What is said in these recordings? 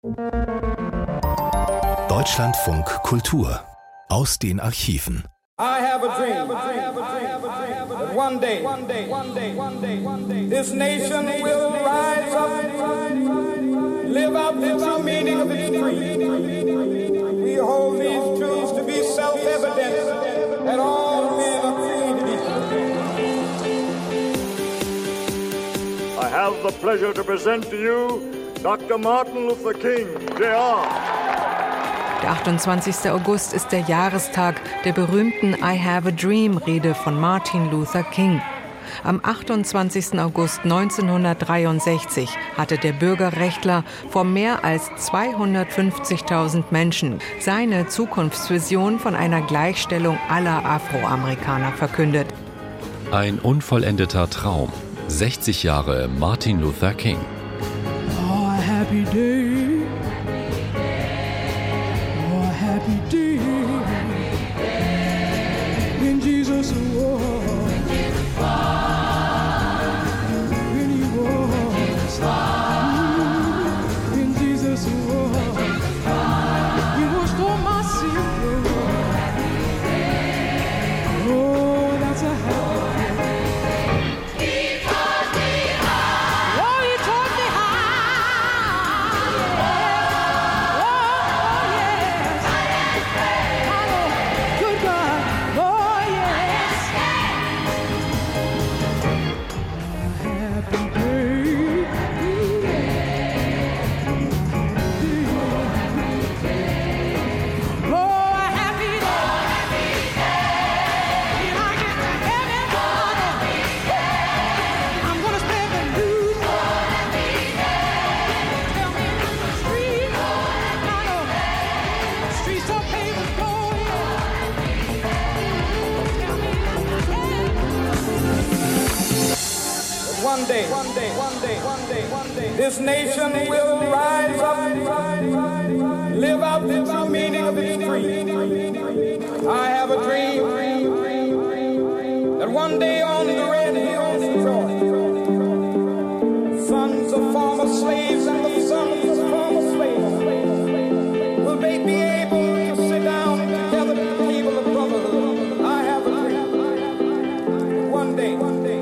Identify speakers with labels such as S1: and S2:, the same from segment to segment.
S1: Deutschlandfunk Kultur aus den Archiven.
S2: I have a dream that one day this nation will rise up, live out the true meaning of its creed. We hold these truths to be self-evident that all men are created equal.
S3: I have the pleasure to present to you Dr. Martin Luther King, Jr.
S4: Der 28. August ist der Jahrestag der berühmten I Have a Dream-Rede von Martin Luther King. Am 28. August 1963 hatte der Bürgerrechtler vor mehr als 250.000 Menschen seine Zukunftsvision von einer Gleichstellung aller Afroamerikaner verkündet.
S5: Ein unvollendeter Traum. 60 Jahre Martin Luther King.
S6: Oh, a happy day. Oh, a happy day. When Jesus was. When he was. When Jesus was. He washed all my sins. Oh, that's a happy day.
S2: One day, this nation will rise up, live out the true meaning of its creed. I have a dream that one day on the red hills of Georgia, sons of former slaves and the sons of former slaves will they be able to sit down together at the table of brotherhood. I have a dream. One day.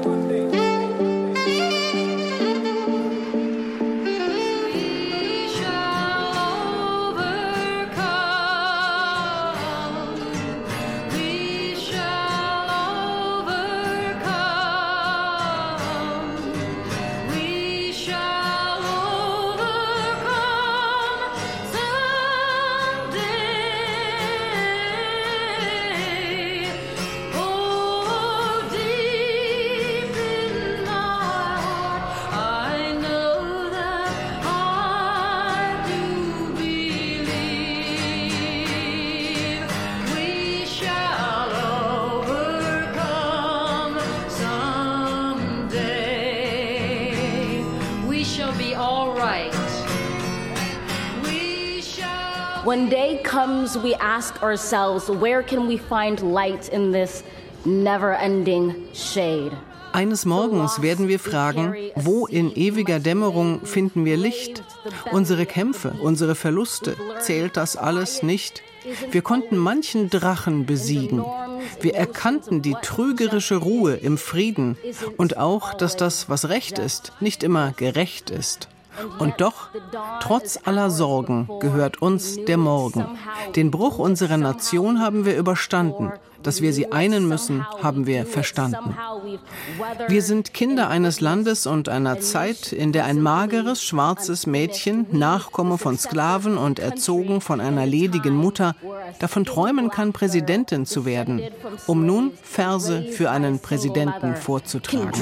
S7: When day comes, we ask ourselves, where can we find light in this never-ending shade?
S8: Eines Morgens werden wir fragen, wo in ewiger Dämmerung finden wir Licht? Unsere Kämpfe, unsere Verluste, zählt das alles nicht? Wir konnten manchen Drachen besiegen. Wir erkannten die trügerische Ruhe im Frieden und auch, dass das, was recht ist, nicht immer gerecht ist. Und doch, trotz aller Sorgen, gehört uns der Morgen. Den Bruch unserer Nation haben wir überstanden. Dass wir sie einen müssen, haben wir verstanden. Wir sind Kinder eines Landes und einer Zeit, in der ein mageres, schwarzes Mädchen, Nachkomme von Sklaven und erzogen von einer ledigen Mutter, davon träumen kann, Präsidentin zu werden, um nun Verse für einen Präsidenten vorzutragen.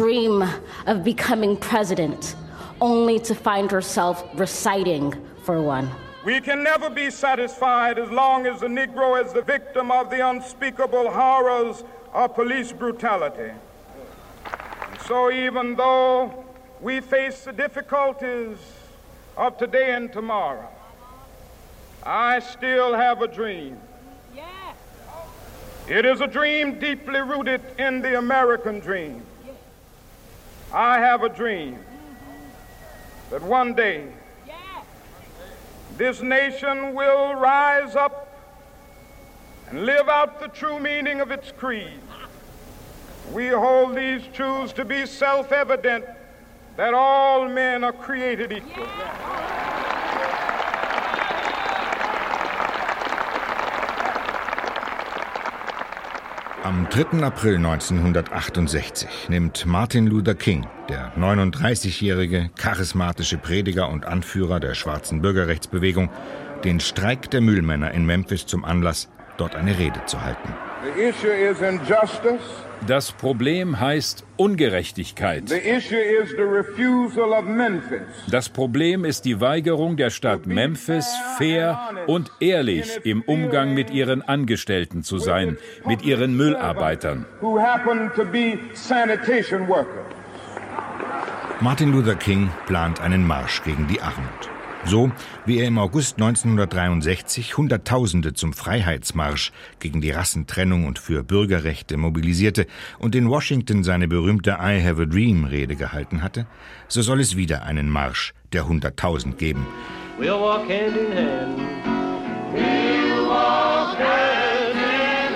S7: Only to find herself reciting for one.
S2: We can never be satisfied as long as the Negro is the victim of the unspeakable horrors of police brutality. And so even though we face the difficulties of today and tomorrow, I still have a dream. It is a dream deeply rooted in the American dream. I have a dream that one day this nation will rise up and live out the true meaning of its creed. We hold these truths to be self-evident, that all men are created equal.
S9: Am 3. April 1968 nimmt Martin Luther King, der 39-jährige, charismatische Prediger und Anführer der schwarzen Bürgerrechtsbewegung, den Streik der Müllmänner in Memphis zum Anlass, dort eine Rede zu halten.
S2: The issue is injustice.
S10: Das Problem heißt Ungerechtigkeit.
S2: The issue is the refusal of Memphis.
S10: Das Problem ist die Weigerung der Stadt Memphis, fair und ehrlich im Umgang mit ihren Angestellten zu sein, mit ihren Müllarbeitern.
S2: Who happen to be sanitation workers.
S9: Martin Luther King plant einen Marsch gegen die Armut. So wie er im August 1963 Hunderttausende zum Freiheitsmarsch gegen die Rassentrennung und für Bürgerrechte mobilisierte und in Washington seine berühmte I Have a Dream-Rede gehalten hatte, so soll es wieder einen Marsch der 100.000 geben.
S6: We'll walk hand in hand. We'll walk hand in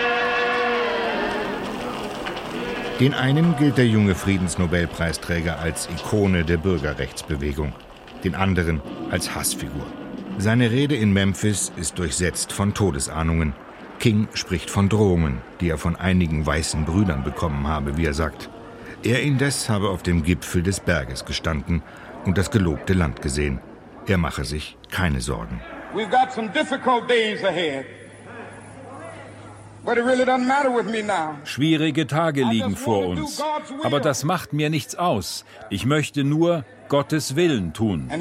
S6: hand.
S9: Den einen gilt der junge Friedensnobelpreisträger als Ikone der Bürgerrechtsbewegung, den anderen als Hassfigur. Seine Rede in Memphis ist durchsetzt von Todesahnungen. King spricht von Drohungen, die er von einigen weißen Brüdern bekommen habe, wie er sagt. Er indes habe auf dem Gipfel des Berges gestanden und das gelobte Land gesehen. Er mache sich keine Sorgen.
S2: We've got some difficult days ahead. But it really doesn't matter with me now.
S10: Schwierige Tage liegen vor uns, aber das macht mir nichts aus. Ich möchte nur Gottes Willen tun.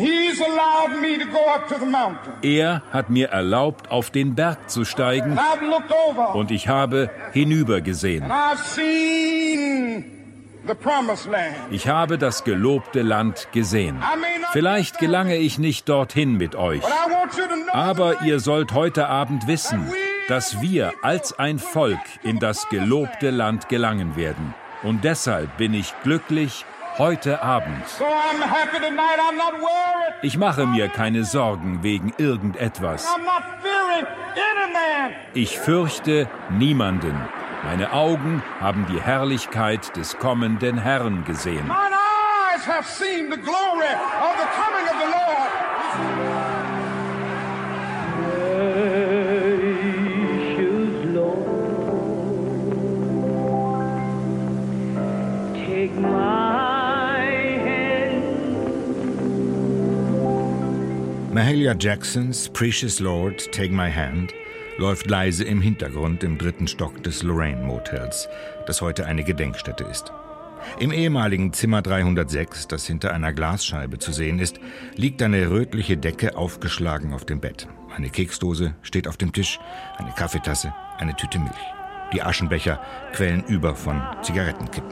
S10: Er hat mir erlaubt, auf den Berg zu steigen, und ich habe hinübergesehen. Ich habe das gelobte Land gesehen. Vielleicht gelange ich nicht dorthin mit euch, aber ihr sollt heute Abend wissen, dass wir als ein Volk in das gelobte Land gelangen werden. Und deshalb bin ich glücklich heute Abend. Ich mache mir keine Sorgen wegen irgendetwas. Ich fürchte niemanden. Meine Augen haben die Herrlichkeit des kommenden Herrn gesehen.
S9: Mahalia Jacksons Precious Lord, Take My Hand läuft leise im Hintergrund im 3. Stock des Lorraine Motels, das heute eine Gedenkstätte ist. Im ehemaligen Zimmer 306, das hinter einer Glasscheibe zu sehen ist, liegt eine rötliche Decke aufgeschlagen auf dem Bett. Eine Keksdose steht auf dem Tisch, eine Kaffeetasse, eine Tüte Milch. Die Aschenbecher quellen über von Zigarettenkippen.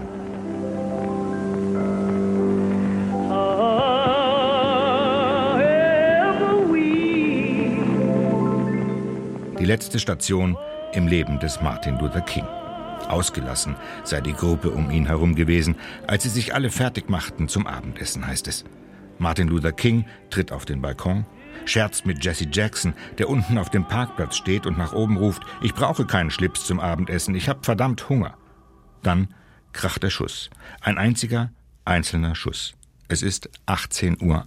S9: Die letzte Station im Leben des Martin Luther King. Ausgelassen sei die Gruppe um ihn herum gewesen, als sie sich alle fertig machten zum Abendessen, heißt es. Martin Luther King tritt auf den Balkon, scherzt mit Jesse Jackson, der unten auf dem Parkplatz steht und nach oben ruft: Ich brauche keinen Schlips zum Abendessen, ich hab verdammt Hunger. Dann kracht der Schuss. Ein einziger, einzelner Schuss. Es ist 18:01 Uhr.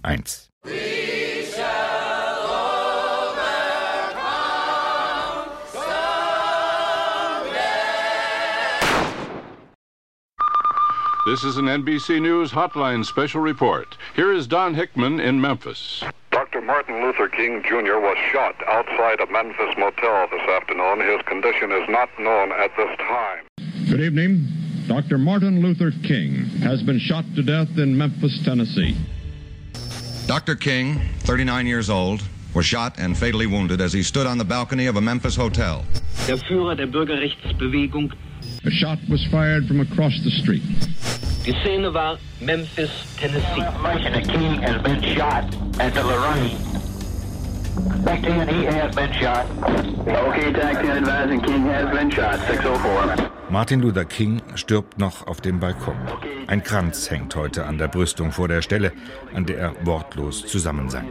S11: This is an NBC News Hotline special report. Here is Don Hickman in Memphis.
S12: Dr. Martin Luther King Jr. was shot outside a Memphis motel this afternoon. His condition is not known at this time.
S13: Good evening. Dr. Martin Luther King has been shot to death in Memphis, Tennessee.
S14: Dr. King, 39 years old, was shot and fatally wounded as he stood on the balcony of a Memphis hotel.
S15: Der Führer der Bürgerrechtsbewegung.
S13: A shot was fired from across the street.
S15: Die Szene war Memphis, Tennessee.
S16: King has been shot at the Lorraine. Back 10, he has been shot. Okay, TAC 10 advising King has been shot, 604.
S9: Martin Luther King stirbt noch auf dem Balkon. Ein Kranz hängt heute an der Brüstung vor der Stelle, an der er wortlos zusammensank.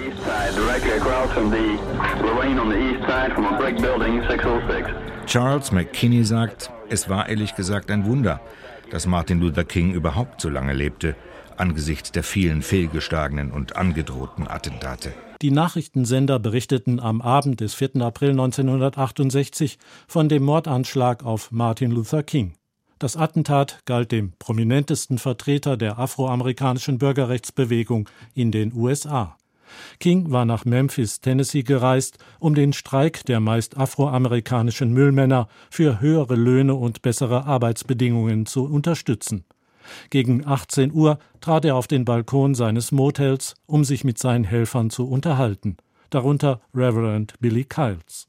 S9: Charles McKinney sagt, es war ehrlich gesagt ein Wunder, dass Martin Luther King überhaupt so lange lebte, angesichts der vielen fehlgeschlagenen und angedrohten Attentate.
S17: Die Nachrichtensender berichteten am Abend des 4. April 1968 von dem Mordanschlag auf Martin Luther King. Das Attentat galt dem prominentesten Vertreter der afroamerikanischen Bürgerrechtsbewegung in den USA. King war nach Memphis, Tennessee gereist, um den Streik der meist afroamerikanischen Müllmänner für höhere Löhne und bessere Arbeitsbedingungen zu unterstützen. Gegen 18 Uhr trat er auf den Balkon seines Motels, um sich mit seinen Helfern zu unterhalten, darunter Reverend Billy Kiles.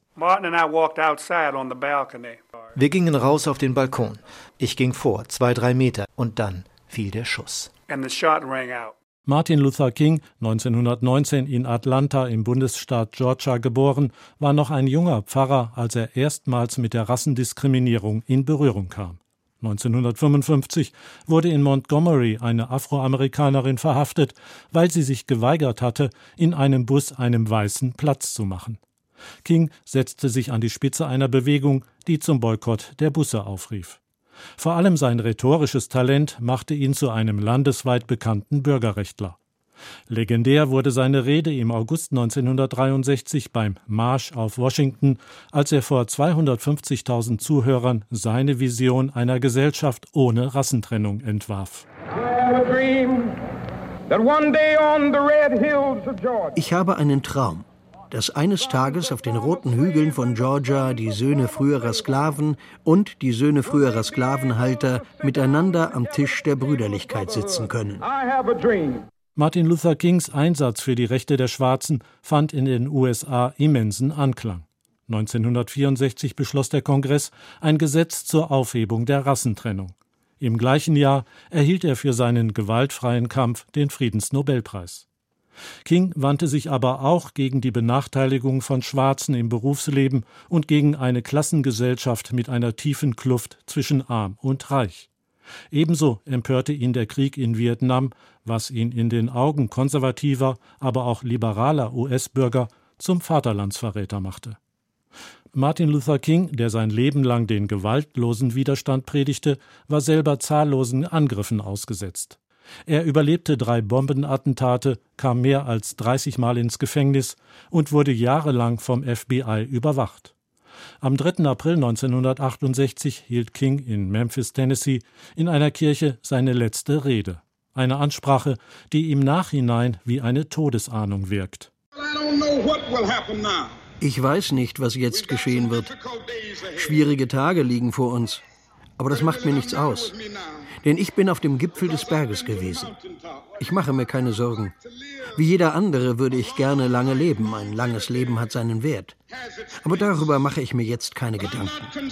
S18: Wir gingen raus auf den Balkon. Ich ging vor, 2-3 Meter, und dann fiel der Schuss.
S17: Martin Luther King, 1919 in Atlanta im Bundesstaat Georgia geboren, war noch ein junger Pfarrer, als er erstmals mit der Rassendiskriminierung in Berührung kam. 1955 wurde in Montgomery eine Afroamerikanerin verhaftet, weil sie sich geweigert hatte, in einem Bus einem Weißen Platz zu machen. King setzte sich an die Spitze einer Bewegung, die zum Boykott der Busse aufrief. Vor allem sein rhetorisches Talent machte ihn zu einem landesweit bekannten Bürgerrechtler. Legendär wurde seine Rede im August 1963 beim Marsch auf Washington, als er vor 250.000 Zuhörern seine Vision einer Gesellschaft ohne Rassentrennung entwarf.
S19: Ich habe einen Traum, dass eines Tages auf den roten Hügeln von Georgia die Söhne früherer Sklaven und die Söhne früherer Sklavenhalter miteinander am Tisch der Brüderlichkeit sitzen können.
S17: Martin Luther Kings Einsatz für die Rechte der Schwarzen fand in den USA immensen Anklang. 1964 beschloss der Kongress ein Gesetz zur Aufhebung der Rassentrennung. Im gleichen Jahr erhielt er für seinen gewaltfreien Kampf den Friedensnobelpreis. King wandte sich aber auch gegen die Benachteiligung von Schwarzen im Berufsleben und gegen eine Klassengesellschaft mit einer tiefen Kluft zwischen Arm und Reich. Ebenso empörte ihn der Krieg in Vietnam, was ihn in den Augen konservativer, aber auch liberaler US-Bürger zum Vaterlandsverräter machte. Martin Luther King, der sein Leben lang den gewaltlosen Widerstand predigte, war selber zahllosen Angriffen ausgesetzt. Er überlebte 3 Bombenattentate, kam mehr als 30 Mal ins Gefängnis und wurde jahrelang vom FBI überwacht. Am 3. April 1968 hielt King in Memphis, Tennessee, in einer Kirche seine letzte Rede. Eine Ansprache, die im Nachhinein wie eine Todesahnung wirkt.
S19: Ich weiß nicht, was jetzt geschehen wird. Schwierige Tage liegen vor uns. Aber das macht mir nichts aus. Denn ich bin auf dem Gipfel des Berges gewesen. Ich mache mir keine Sorgen. Wie jeder andere würde ich gerne lange leben. Ein langes Leben hat seinen Wert. Aber darüber mache ich mir jetzt keine Gedanken.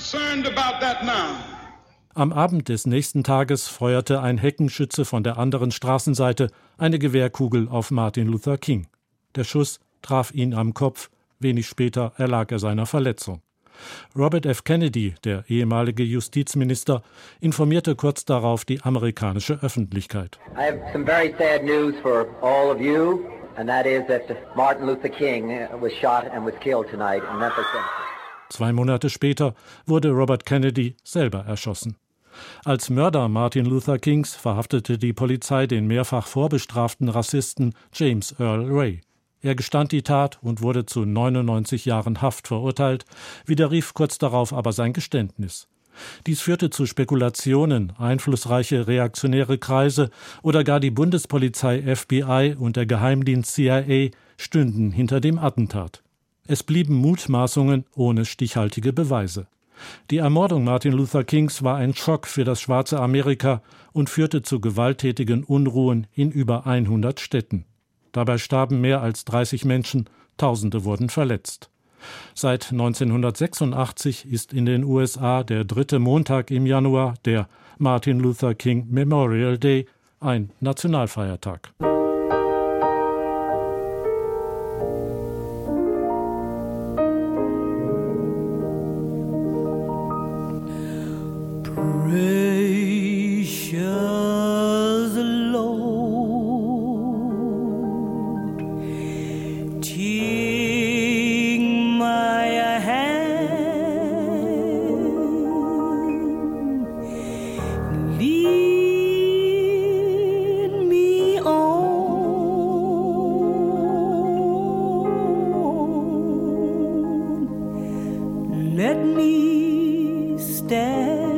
S17: Am Abend des nächsten Tages feuerte ein Heckenschütze von der anderen Straßenseite eine Gewehrkugel auf Martin Luther King. Der Schuss traf ihn am Kopf. Wenig später erlag er seiner Verletzung. Robert F. Kennedy, der ehemalige Justizminister, informierte kurz darauf die amerikanische Öffentlichkeit.
S20: I have some very sad news for all of you, and that is that Martin Luther King was shot and was killed tonight in Memphis.
S17: 2 Monate später wurde Robert Kennedy selber erschossen. Als Mörder Martin Luther Kings verhaftete die Polizei den mehrfach vorbestraften Rassisten James Earl Ray. Er gestand die Tat und wurde zu 99 Jahren Haft verurteilt, widerrief kurz darauf aber sein Geständnis. Dies führte zu Spekulationen, einflussreiche reaktionäre Kreise oder gar die Bundespolizei FBI und der Geheimdienst CIA stünden hinter dem Attentat. Es blieben Mutmaßungen ohne stichhaltige Beweise. Die Ermordung Martin Luther Kings war ein Schock für das schwarze Amerika und führte zu gewalttätigen Unruhen in über 100 Städten. Dabei starben mehr als 30 Menschen, Tausende wurden verletzt. Seit 1986 ist in den USA der 3. Montag im Januar, der Martin Luther King Memorial Day, ein Nationalfeiertag.
S21: let me stand.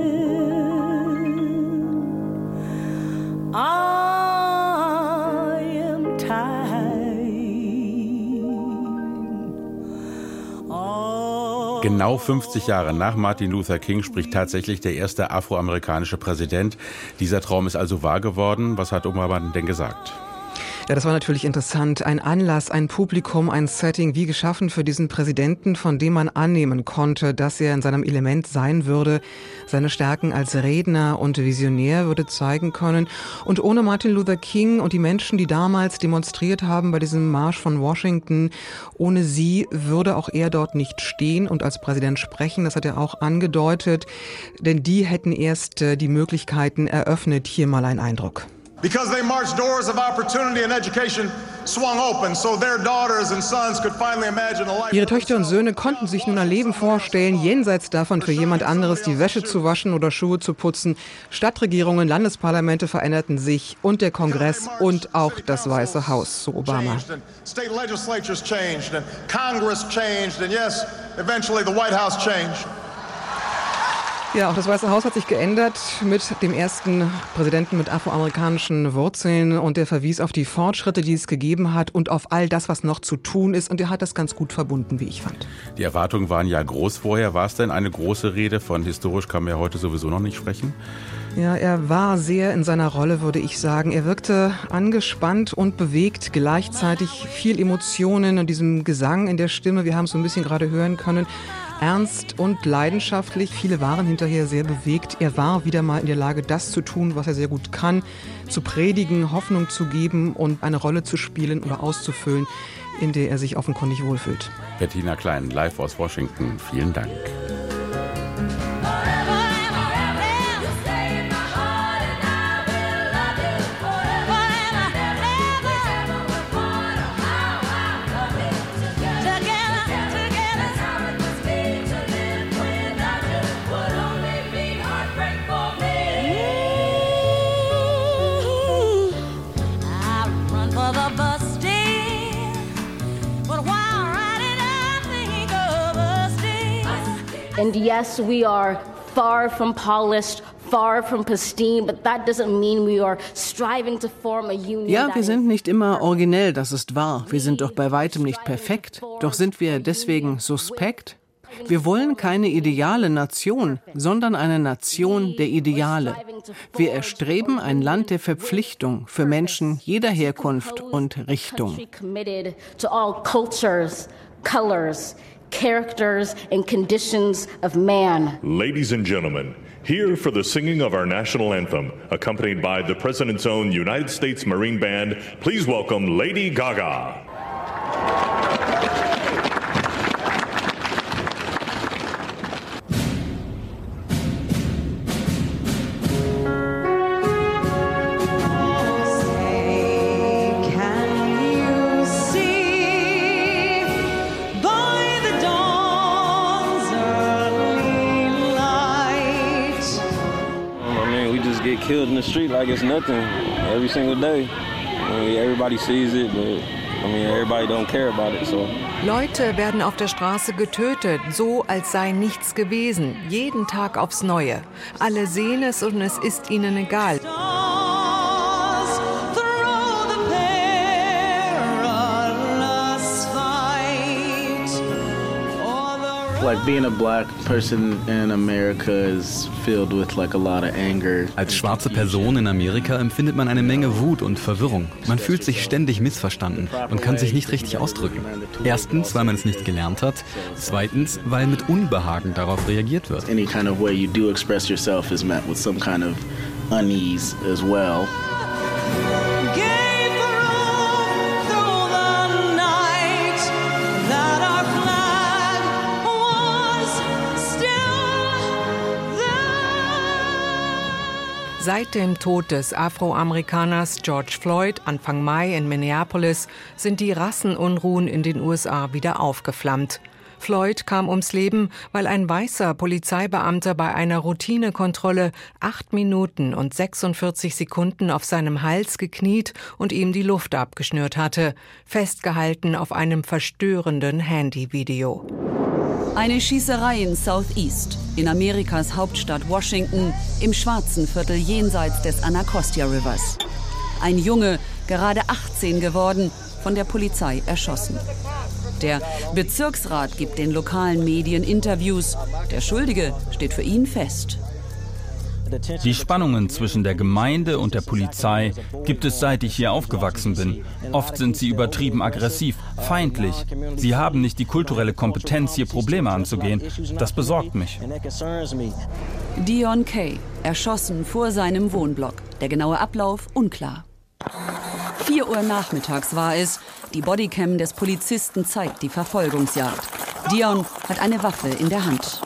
S21: I am tired.
S22: Genau 50 Jahre nach Martin Luther King spricht tatsächlich der erste afroamerikanische Präsident. Dieser Traum ist also wahr geworden. Was hat Obama denn gesagt?
S4: Ja, das war natürlich interessant. Ein Anlass, ein Publikum, ein Setting wie geschaffen für diesen Präsidenten, von dem man annehmen konnte, dass er in seinem Element sein würde. Seine Stärken als Redner und Visionär würde zeigen können. Und ohne Martin Luther King und die Menschen, die damals demonstriert haben bei diesem Marsch von Washington, ohne sie würde auch er dort nicht stehen und als Präsident sprechen. Das hat er auch angedeutet. Denn die hätten erst die Möglichkeiten eröffnet. Hier mal ein Eindruck.
S23: Because they marched, doors of opportunity and education swung open, so their daughters and sons could finally imagine a life.
S4: Ihre Töchter und Söhne konnten sich nun ein Leben vorstellen, jenseits davon für jemand anderes die Wäsche zu waschen oder Schuhe zu putzen. Stadtregierungen, Landesparlamente veränderten sich und der Kongress und auch das Weiße Haus, so Obama.
S23: State legislatures changed and Congress changed and yes, eventually the White House changed.
S4: Ja, auch das Weiße Haus hat sich geändert mit dem ersten Präsidenten mit afroamerikanischen Wurzeln und der verwies auf die Fortschritte, die es gegeben hat und auf all das, was noch zu tun ist und er hat das ganz gut verbunden, wie ich fand.
S22: Die Erwartungen waren ja groß vorher. War es denn eine große Rede? Von historisch kann man ja heute sowieso noch nicht sprechen.
S4: Ja, er war sehr in seiner Rolle, würde ich sagen. Er wirkte angespannt und bewegt, gleichzeitig viel Emotionen in diesem Gesang in der Stimme. Wir haben es so ein bisschen gerade hören können. Ernst und leidenschaftlich. Viele waren hinterher sehr bewegt. Er war wieder mal in der Lage, das zu tun, was er sehr gut kann, zu predigen, Hoffnung zu geben und eine Rolle zu spielen oder auszufüllen, in der er sich offenkundig wohlfühlt.
S22: Bettina Klein, live aus Washington. Vielen Dank.
S7: And yes, we are far from polished, far from pristine, but that doesn't mean we are striving to form a union.
S8: Ja, wir sind nicht immer originell, das ist wahr. Wir sind doch bei weitem nicht perfekt. Doch sind wir deswegen suspekt? Wir wollen keine ideale Nation, sondern eine Nation der Ideale. Wir erstreben ein Land der Verpflichtung für Menschen jeder Herkunft und Richtung.
S7: Characters and conditions of man.
S24: Ladies and gentlemen, here for the singing of our national anthem, accompanied by the President's own United States Marine Band, please welcome Lady Gaga.
S6: Killed in the street like it's nothing every single day. I mean, everybody sees it, but everybody don't care about it, so.
S4: Leute werden auf der Straße getötet, so als sei nichts gewesen. Jeden Tag aufs Neue. Alle sehen es und es ist ihnen egal.
S25: Like being a black person in America is filled with like a lot of anger.
S26: Als schwarze Person in Amerika empfindet man eine Menge Wut und Verwirrung. Man fühlt sich ständig missverstanden und kann sich nicht richtig ausdrücken. Erstens, weil man es nicht gelernt hat. Zweitens, weil mit Unbehagen darauf reagiert wird.
S25: Any kind of way you do express yourself is met with some kind of unease as well.
S4: Seit dem Tod des Afroamerikaners George Floyd Anfang Mai in Minneapolis sind die Rassenunruhen in den USA wieder aufgeflammt. Floyd kam ums Leben, weil ein weißer Polizeibeamter bei einer Routinekontrolle 8 Minuten und 46 Sekunden auf seinem Hals gekniet und ihm die Luft abgeschnürt hatte, festgehalten auf einem verstörenden Handyvideo.
S1: Eine Schießerei in Southeast, in Amerikas Hauptstadt Washington, im schwarzen Viertel jenseits des Anacostia Rivers. Ein Junge, gerade 18 geworden, von der Polizei erschossen. Der Bezirksrat gibt den lokalen Medien Interviews. Der Schuldige steht für ihn fest.
S2: Die Spannungen zwischen der Gemeinde und der Polizei gibt es, seit ich hier aufgewachsen bin. Oft sind sie übertrieben aggressiv, feindlich. Sie haben nicht die kulturelle Kompetenz, hier Probleme anzugehen. Das besorgt mich.
S1: Dion Kay, erschossen vor seinem Wohnblock. Der genaue Ablauf unklar. 4 Uhr nachmittags war es. Die Bodycam des Polizisten zeigt die Verfolgungsjagd. Dion hat eine Waffe in der Hand.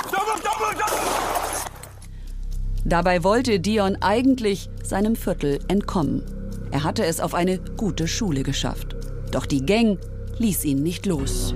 S1: Dabei wollte Dion eigentlich seinem Viertel entkommen. Er hatte es auf eine gute Schule geschafft. Doch die Gang ließ ihn nicht los.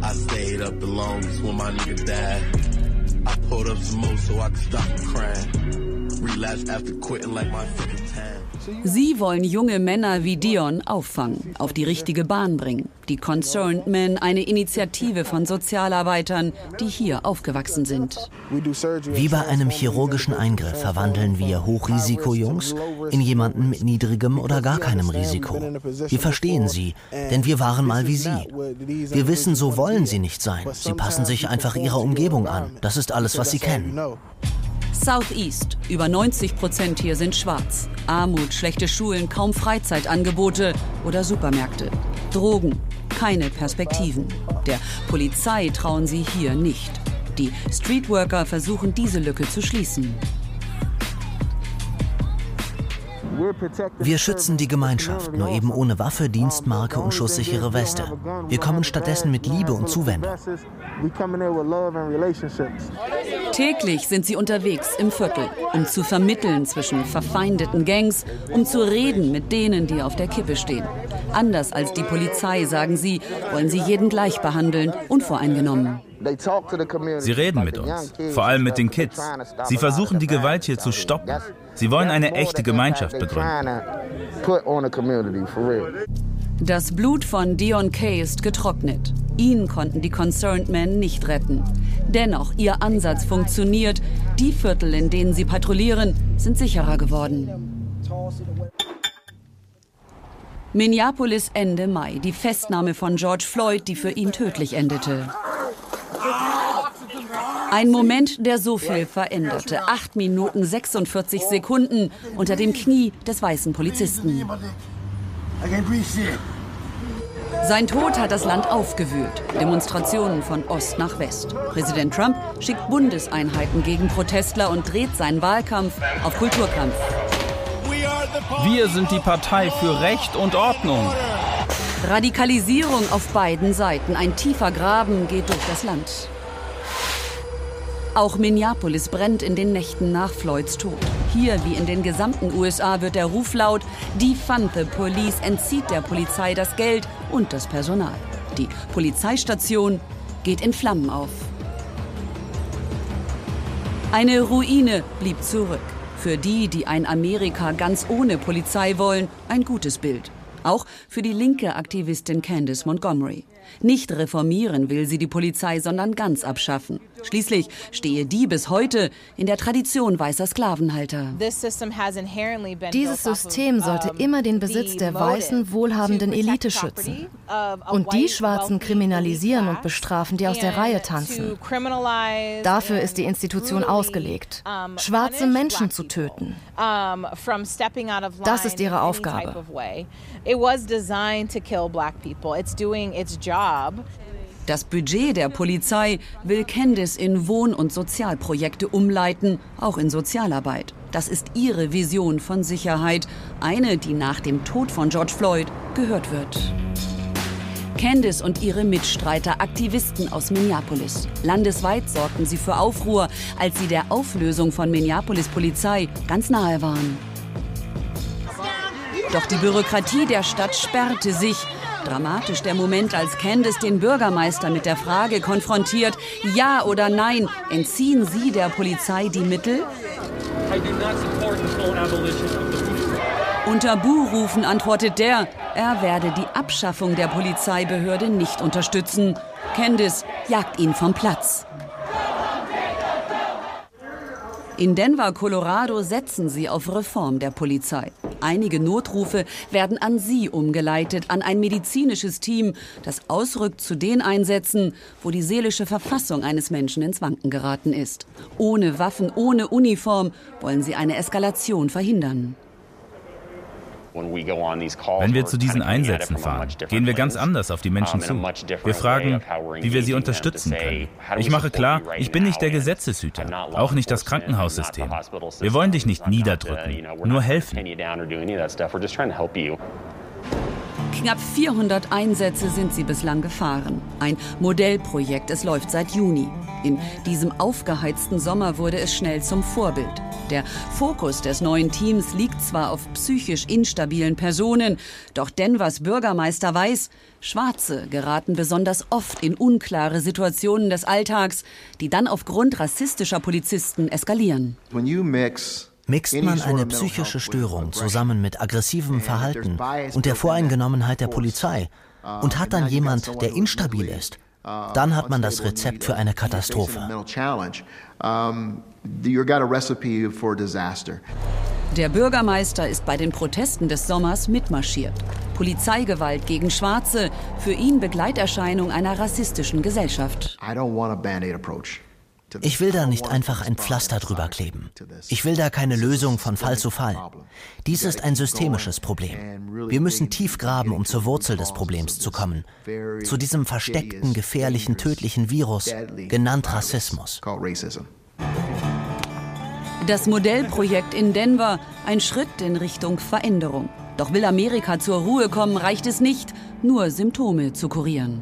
S1: Sie wollen junge Männer wie Dion auffangen, auf die richtige Bahn bringen. Die Concerned Men, eine Initiative von Sozialarbeitern, die hier aufgewachsen sind.
S3: Wie bei einem chirurgischen Eingriff verwandeln wir Hochrisiko-Jungs in jemanden mit niedrigem oder gar keinem Risiko. Wir verstehen sie, denn wir waren mal wie sie. Wir wissen, so wollen sie nicht sein. Sie passen sich einfach ihrer Umgebung an. Das ist alles, was sie kennen.
S1: Southeast. Über 90% hier sind schwarz. Armut, schlechte Schulen, kaum Freizeitangebote oder Supermärkte. Drogen, keine Perspektiven. Der Polizei trauen sie hier nicht. Die Streetworker versuchen, diese Lücke zu schließen.
S3: Wir schützen die Gemeinschaft, nur eben ohne Waffe, Dienstmarke und schusssichere Weste. Wir kommen stattdessen mit Liebe und Zuwendung.
S1: Täglich sind sie unterwegs im Viertel, um zu vermitteln zwischen verfeindeten Gangs, um zu reden mit denen, die auf der Kippe stehen. Anders als die Polizei, sagen sie, wollen sie jeden gleich behandeln, unvoreingenommen.
S2: Sie reden mit uns, vor allem mit den Kids. Sie versuchen, die Gewalt hier zu stoppen. Sie wollen eine echte Gemeinschaft begründen.
S1: Das Blut von Dion Kay ist getrocknet. Ihn konnten die Concerned Men nicht retten. Dennoch, ihr Ansatz funktioniert. Die Viertel, in denen sie patrouillieren, sind sicherer geworden. Minneapolis Ende Mai, die Festnahme von George Floyd, die für ihn tödlich endete. Ein Moment, der so viel veränderte. 8 Minuten 46 Sekunden unter dem Knie des weißen Polizisten. Sein Tod hat das Land aufgewühlt. Demonstrationen von Ost nach West. Präsident Trump schickt Bundeseinheiten gegen Protestler und dreht seinen Wahlkampf auf Kulturkampf.
S2: Wir sind die Partei für Recht und Ordnung.
S1: Radikalisierung auf beiden Seiten. Ein tiefer Graben geht durch das Land. Auch Minneapolis brennt in den Nächten nach Floyds Tod. Hier, wie in den gesamten USA, wird der Ruf laut, Defund the Police entzieht der Polizei das Geld und das Personal. Die Polizeistation geht in Flammen auf. Eine Ruine blieb zurück. Für die, die ein Amerika ganz ohne Polizei wollen, ein gutes Bild. Auch für die linke Aktivistin Candace Montgomery. Nicht reformieren will sie die Polizei, sondern ganz abschaffen. Schließlich stehe die bis heute in der Tradition weißer Sklavenhalter.
S5: Dieses System sollte immer den Besitz der weißen, wohlhabenden Elite schützen. Und die Schwarzen kriminalisieren und bestrafen, die aus der Reihe tanzen. Dafür ist die Institution ausgelegt, schwarze Menschen zu töten. Das ist ihre Aufgabe.
S1: Das Budget der Polizei will Candace in Wohn- und Sozialprojekte umleiten, auch in Sozialarbeit. Das ist ihre Vision von Sicherheit, eine, die nach dem Tod von George Floyd gehört wird. Candace und ihre Mitstreiter, Aktivisten aus Minneapolis. Landesweit sorgten sie für Aufruhr, als sie der Auflösung von Minneapolis Polizei ganz nahe waren. Doch die Bürokratie der Stadt sperrte sich. Dramatisch der Moment, als Candace den Bürgermeister mit der Frage konfrontiert, ja oder nein, entziehen Sie der Polizei die Mittel? Unter Buhrufen antwortet der, er werde die Abschaffung der Polizeibehörde nicht unterstützen. Candace jagt ihn vom Platz. In Denver, Colorado setzen sie auf Reform der Polizei. Einige Notrufe werden an sie umgeleitet, an ein medizinisches Team, das ausrückt zu den Einsätzen, wo die seelische Verfassung eines Menschen ins Wanken geraten ist. Ohne Waffen, ohne Uniform wollen sie eine Eskalation verhindern.
S10: Wenn wir zu diesen Einsätzen fahren, gehen wir ganz anders auf die Menschen zu. Wir fragen, wie wir sie unterstützen können. Ich mache klar, ich bin nicht der Gesetzeshüter, auch nicht das Krankenhaussystem. Wir wollen dich nicht niederdrücken, nur helfen.
S1: Knapp 400 Einsätze sind sie bislang gefahren. Ein Modellprojekt, es läuft seit Juni. In diesem aufgeheizten Sommer wurde es schnell zum Vorbild. Der Fokus des neuen Teams liegt zwar auf psychisch instabilen Personen, doch Denvers Bürgermeister weiß, Schwarze geraten besonders oft in unklare Situationen des Alltags, die dann aufgrund rassistischer Polizisten eskalieren.
S3: Mixt man eine psychische Störung zusammen mit aggressivem Verhalten und der Voreingenommenheit der Polizei und hat dann jemand, der instabil ist, dann hat man das Rezept für eine Katastrophe.
S1: Der Bürgermeister ist bei den Protesten des Sommers mitmarschiert. Polizeigewalt gegen Schwarze, für ihn Begleiterscheinung einer rassistischen Gesellschaft.
S3: Ich will da nicht einfach ein Pflaster drüber kleben. Ich will da keine Lösung von Fall zu Fall. Dies ist ein systemisches Problem. Wir müssen tief graben, um zur Wurzel des Problems zu kommen. Zu diesem versteckten, gefährlichen, tödlichen Virus, genannt Rassismus.
S1: Das Modellprojekt in Denver, ein Schritt in Richtung Veränderung. Doch will Amerika zur Ruhe kommen, reicht es nicht, nur Symptome zu kurieren.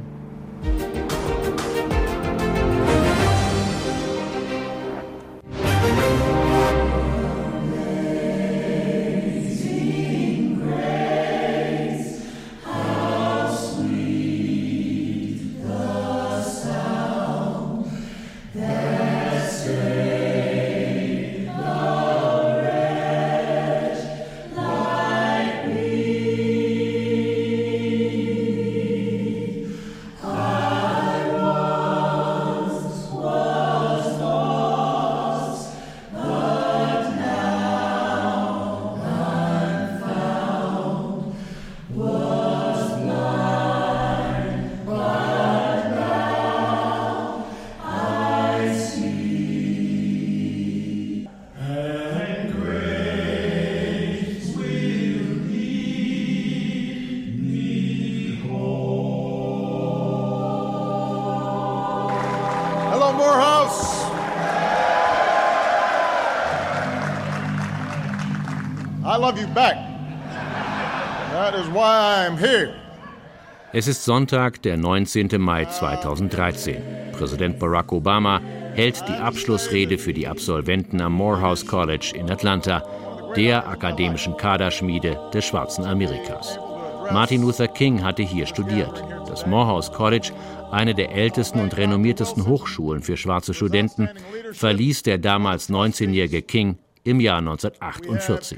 S11: Es ist Sonntag, der 19. Mai 2013. Präsident Barack Obama hält die Abschlussrede für die Absolventen am Morehouse College in Atlanta, der akademischen Kaderschmiede des schwarzen Amerikas. Martin Luther King hatte hier studiert. Das Morehouse College, eine der ältesten und renommiertesten Hochschulen für schwarze Studenten, verließ der damals 19-jährige King im Jahr 1948.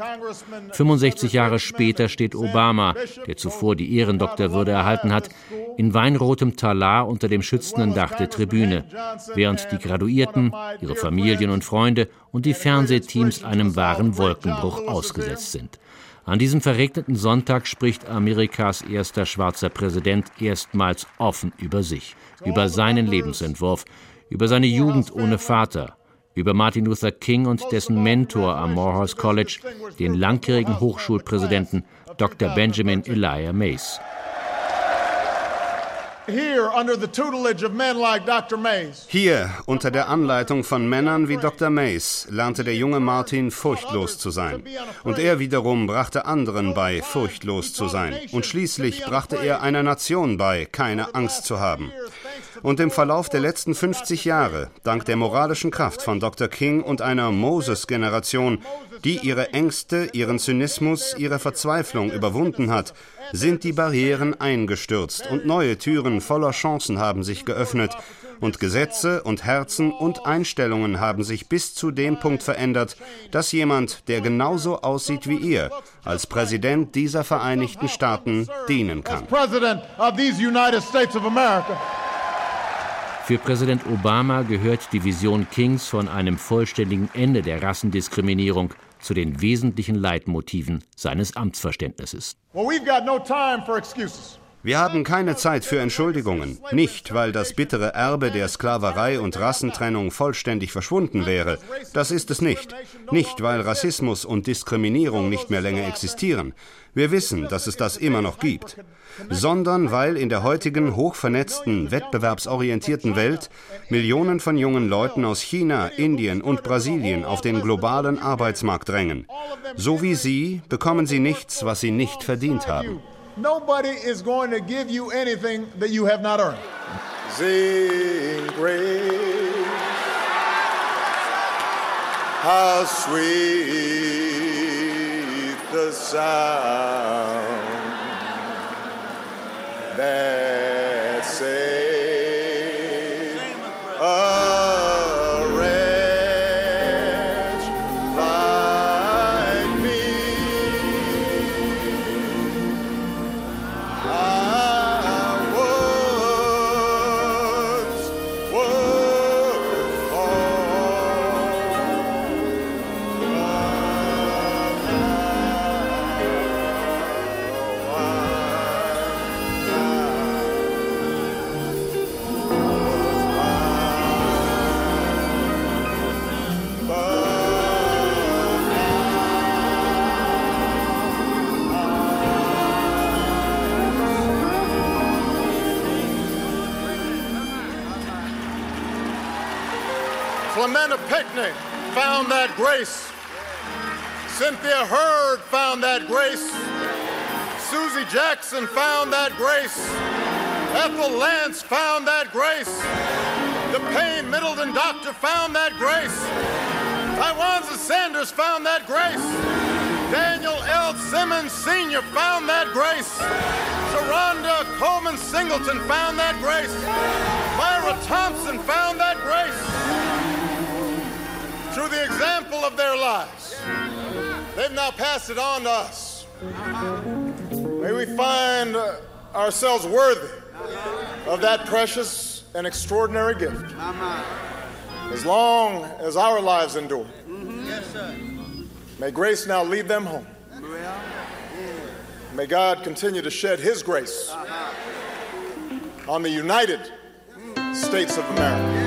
S11: 65 Jahre später steht Obama, der zuvor die Ehrendoktorwürde erhalten hat, in weinrotem Talar unter dem schützenden Dach der Tribüne, während die Graduierten, ihre Familien und Freunde und die Fernsehteams einem wahren Wolkenbruch ausgesetzt sind. An diesem verregneten Sonntag spricht Amerikas erster schwarzer Präsident erstmals offen über sich, über seinen Lebensentwurf, über seine Jugend ohne Vater, über Martin Luther King und dessen Mentor am Morehouse College, den langjährigen Hochschulpräsidenten Dr. Benjamin Elijah Mays.
S12: Hier, unter der Anleitung von Männern wie Dr. Mays, lernte der junge Martin furchtlos zu sein. Und er wiederum brachte anderen bei, furchtlos zu sein. Und schließlich brachte er einer Nation bei, keine Angst zu haben. Und im Verlauf der letzten 50 Jahre, dank der moralischen Kraft von Dr. King und einer Moses-Generation, die ihre Ängste, ihren Zynismus, ihre Verzweiflung überwunden hat, sind die Barrieren eingestürzt und neue Türen voller Chancen haben sich geöffnet und Gesetze und Herzen und Einstellungen haben sich bis zu dem Punkt verändert, dass jemand, der genauso aussieht wie ihr, als Präsident dieser Vereinigten Staaten dienen kann.
S11: Für Präsident Obama gehört die Vision Kings von einem vollständigen Ende der Rassendiskriminierung zu den wesentlichen Leitmotiven seines Amtsverständnisses.
S12: Wir haben keine Zeit für Entschuldigungen. Nicht, weil das bittere Erbe der Sklaverei und Rassentrennung vollständig verschwunden wäre. Das ist es nicht. Nicht, weil Rassismus und Diskriminierung nicht mehr länger existieren. Wir wissen, dass es das immer noch gibt. Sondern weil in der heutigen, hochvernetzten, wettbewerbsorientierten Welt Millionen von jungen Leuten aus China, Indien und Brasilien auf den globalen Arbeitsmarkt drängen. So wie Sie bekommen sie nichts, was sie nicht verdient haben.
S23: Nobody is going to give you anything that you have not earned. Sing praise, how sweet the sound that saved a wretch like me. Clementa Pinckney found that grace. Cynthia Hurd found that grace. Susie Jackson found that grace. Ethel Lance found that grace. The Payne Middleton doctor found that grace. Tywanza Sanders found that grace. Daniel L. Simmons Sr. found that grace. Sharonda Coleman Singleton found that grace. Myra Thompson found that grace. Through the example of their lives, they've now passed it on to us. May we find ourselves worthy of that precious and extraordinary gift as long as our lives endure. May grace now lead them home. May God continue to shed His grace on the United States of America.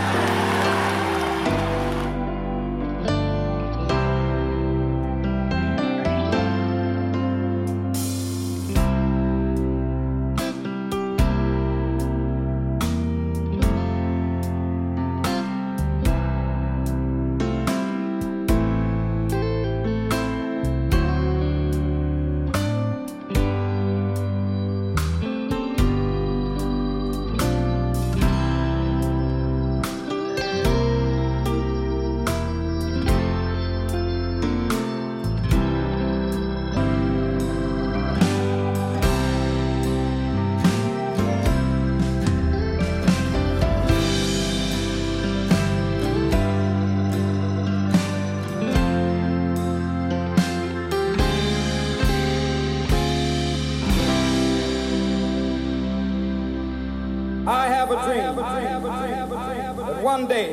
S9: I have a dream that one day,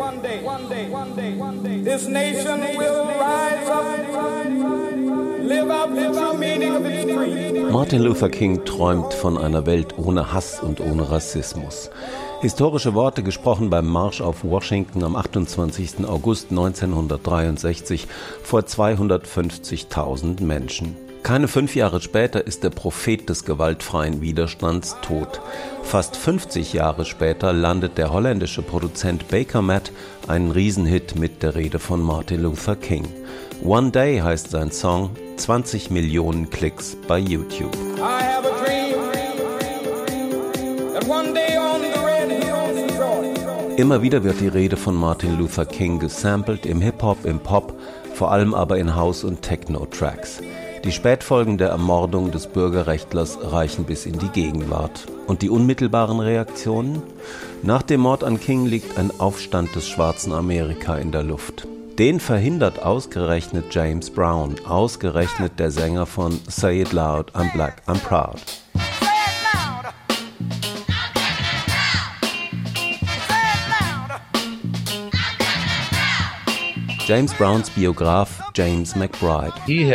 S9: this nation will rise up, live out the true meaning of its creed.
S13: Martin Luther King träumt von einer Welt ohne Hass und ohne Rassismus. Historische Worte gesprochen beim Marsch auf Washington am 28. August 1963 vor 250.000 Menschen. Keine 5 Jahre später ist der Prophet des gewaltfreien Widerstands tot. Fast 50 Jahre später landet der holländische Produzent Baker Matt einen Riesenhit mit der Rede von Martin Luther King. One Day heißt sein Song, 20 Millionen Klicks bei YouTube.
S9: I have a dream that one day on the red hills of Georgia.
S13: Immer wieder wird die Rede von Martin Luther King gesampelt, im Hip-Hop, im Pop, vor allem aber in House- und Techno-Tracks. Die Spätfolgen der Ermordung des Bürgerrechtlers reichen bis in die Gegenwart. Und die unmittelbaren Reaktionen? Nach dem Mord an King liegt ein Aufstand des schwarzen Amerika in der Luft. Den verhindert ausgerechnet James Brown, ausgerechnet der Sänger von Say It Loud, I'm Black, I'm Proud.
S21: Say
S13: James Browns Biograf James McBride.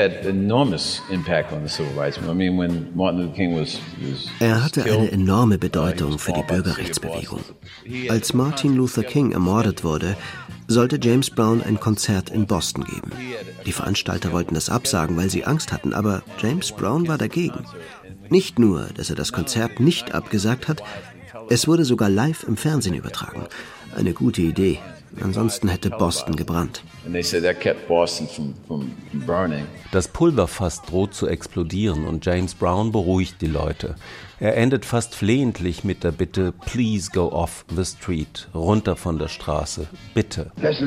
S14: Er hatte eine enorme Bedeutung für die Bürgerrechtsbewegung. Als Martin Luther King ermordet wurde, sollte James Brown ein Konzert in Boston geben. Die Veranstalter wollten das absagen, weil sie Angst hatten, aber James Brown war dagegen. Nicht nur, dass er das Konzert nicht abgesagt hat, es wurde sogar live im Fernsehen übertragen. Eine gute Idee. Ansonsten hätte Boston gebrannt.
S13: Das Pulverfass droht zu explodieren und James Brown beruhigt die Leute. Er endet fast flehentlich mit der Bitte, please go off the street, runter von der Straße, bitte.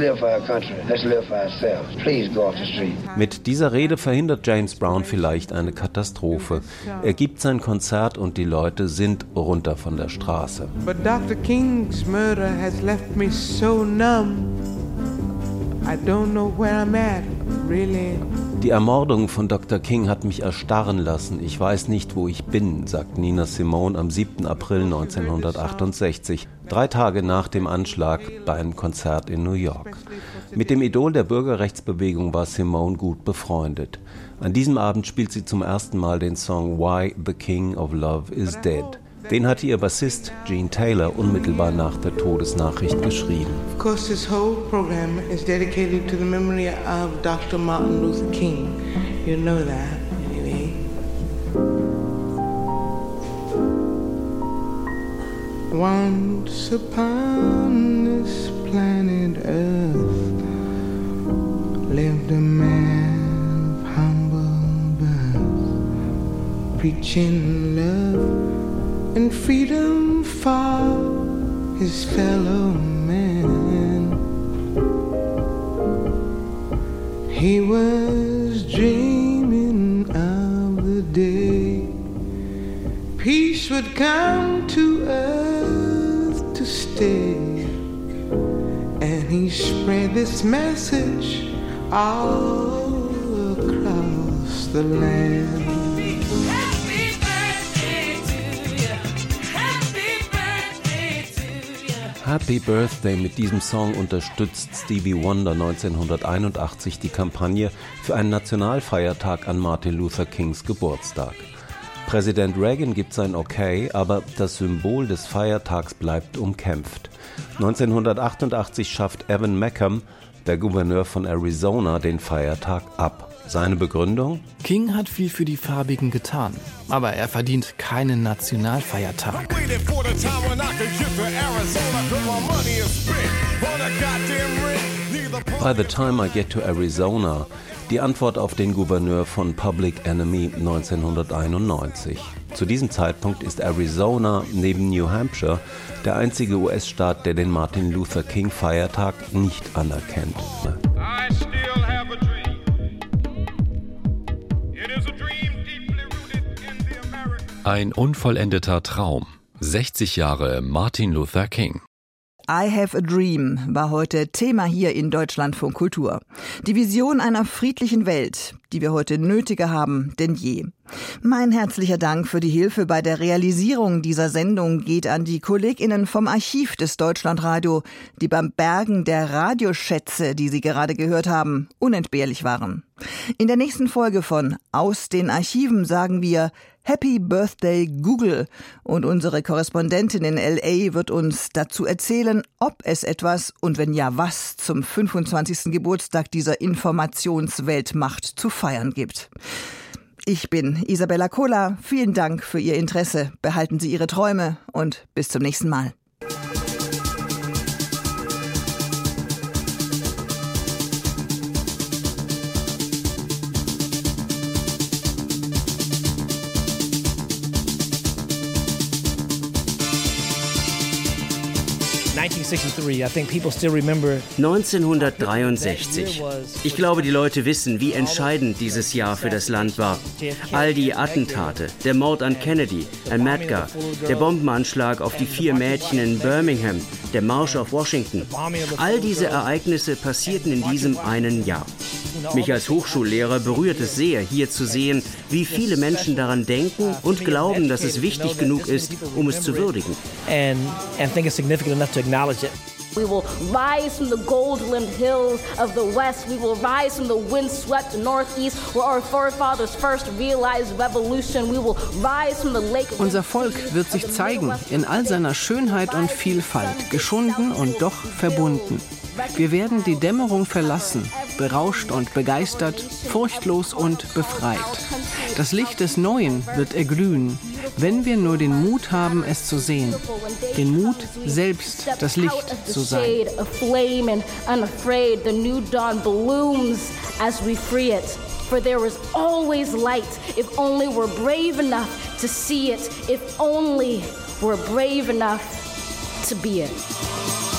S13: Mit dieser Rede verhindert James Brown vielleicht eine Katastrophe. Er gibt sein Konzert und die Leute sind runter von der Straße.
S15: But Dr. King's murder has left me so numb. I don't know where I'm at, really.
S13: Die Ermordung von Dr. King hat mich erstarren lassen. Ich weiß nicht, wo ich bin, sagt Nina Simone am 7. April 1968, 3 Tage nach dem Anschlag bei einem Konzert in New York. Mit dem Idol der Bürgerrechtsbewegung war Simone gut befreundet. An diesem Abend spielt sie zum ersten Mal den Song Why the King of Love is Dead. Den hatte ihr Bassist Gene Taylor unmittelbar nach der Todesnachricht geschrieben.
S15: Of course, this whole program is dedicated to the memory of Dr. Martin Luther King. You know that, anyway. Once upon this planet Earth lived a man of humble birth, preaching love and freedom for his fellow man. He was dreaming of the day peace would come to earth to stay, and he spread this message all across the land.
S13: Happy Birthday, mit diesem Song unterstützt Stevie Wonder 1981 die Kampagne für einen Nationalfeiertag an Martin Luther Kings Geburtstag. Präsident Reagan gibt sein Okay, aber das Symbol des Feiertags bleibt umkämpft. 1988 schafft Evan Mecham, der Gouverneur von Arizona, den Feiertag ab. Seine Begründung?
S16: King hat viel für die Farbigen getan, aber er verdient keinen Nationalfeiertag.
S13: By the time I get to Arizona, die Antwort auf den Gouverneur von Public Enemy 1991. Zu diesem Zeitpunkt ist Arizona neben New Hampshire der einzige US-Staat, der den Martin Luther King Feiertag nicht anerkennt.
S18: Ein unvollendeter Traum. 60 Jahre Martin Luther King.
S19: I Have a Dream war heute Thema hier in Deutschlandfunk Kultur. Die Vision einer friedlichen Welt, die wir heute nötiger haben denn je. Mein herzlicher Dank für die Hilfe bei der Realisierung dieser Sendung geht an die KollegInnen vom Archiv des Deutschlandradio, die beim Bergen der Radioschätze, die Sie gerade gehört haben, unentbehrlich waren. In der nächsten Folge von Aus den Archiven sagen wir Happy Birthday Google, und unsere Korrespondentin in L.A. wird uns dazu erzählen, ob es etwas und wenn ja was zum 25. Geburtstag dieser Informationsweltmacht zu feiern gibt. Ich bin Isabella Kohler. Vielen Dank für Ihr Interesse. Behalten Sie Ihre Träume und bis zum nächsten Mal.
S20: I think people still remember 1963. Ich glaube, die Leute wissen, wie entscheidend dieses Jahr für das Land war. All die Attentate, der Mord an Kennedy, an Medgar, der Bombenanschlag auf die 4 Mädchen in Birmingham, der Marsch auf Washington. All diese Ereignisse passierten in diesem einen Jahr. Mich als Hochschullehrer berührt es sehr, hier zu sehen, wie viele Menschen daran denken und glauben, dass es wichtig genug ist, um es zu würdigen. And think it's significant enough to acknowledge it.
S6: We will rise from the gold-limbed hills of the west. We will rise from the windswept northeast, where our forefathers first realized revolution. We will rise from the lake.
S7: Unser Volk wird sich zeigen in all seiner Schönheit und Vielfalt, geschunden und doch verbunden. Wir werden die Dämmerung verlassen, berauscht und begeistert, furchtlos und befreit. Das Licht des Neuen wird erglühen, wenn wir nur den Mut haben, es zu sehen. Den Mut, selbst das Licht zu sein.
S6: For there is always light, if only we're brave enough to see it, if only we're brave enough to be it.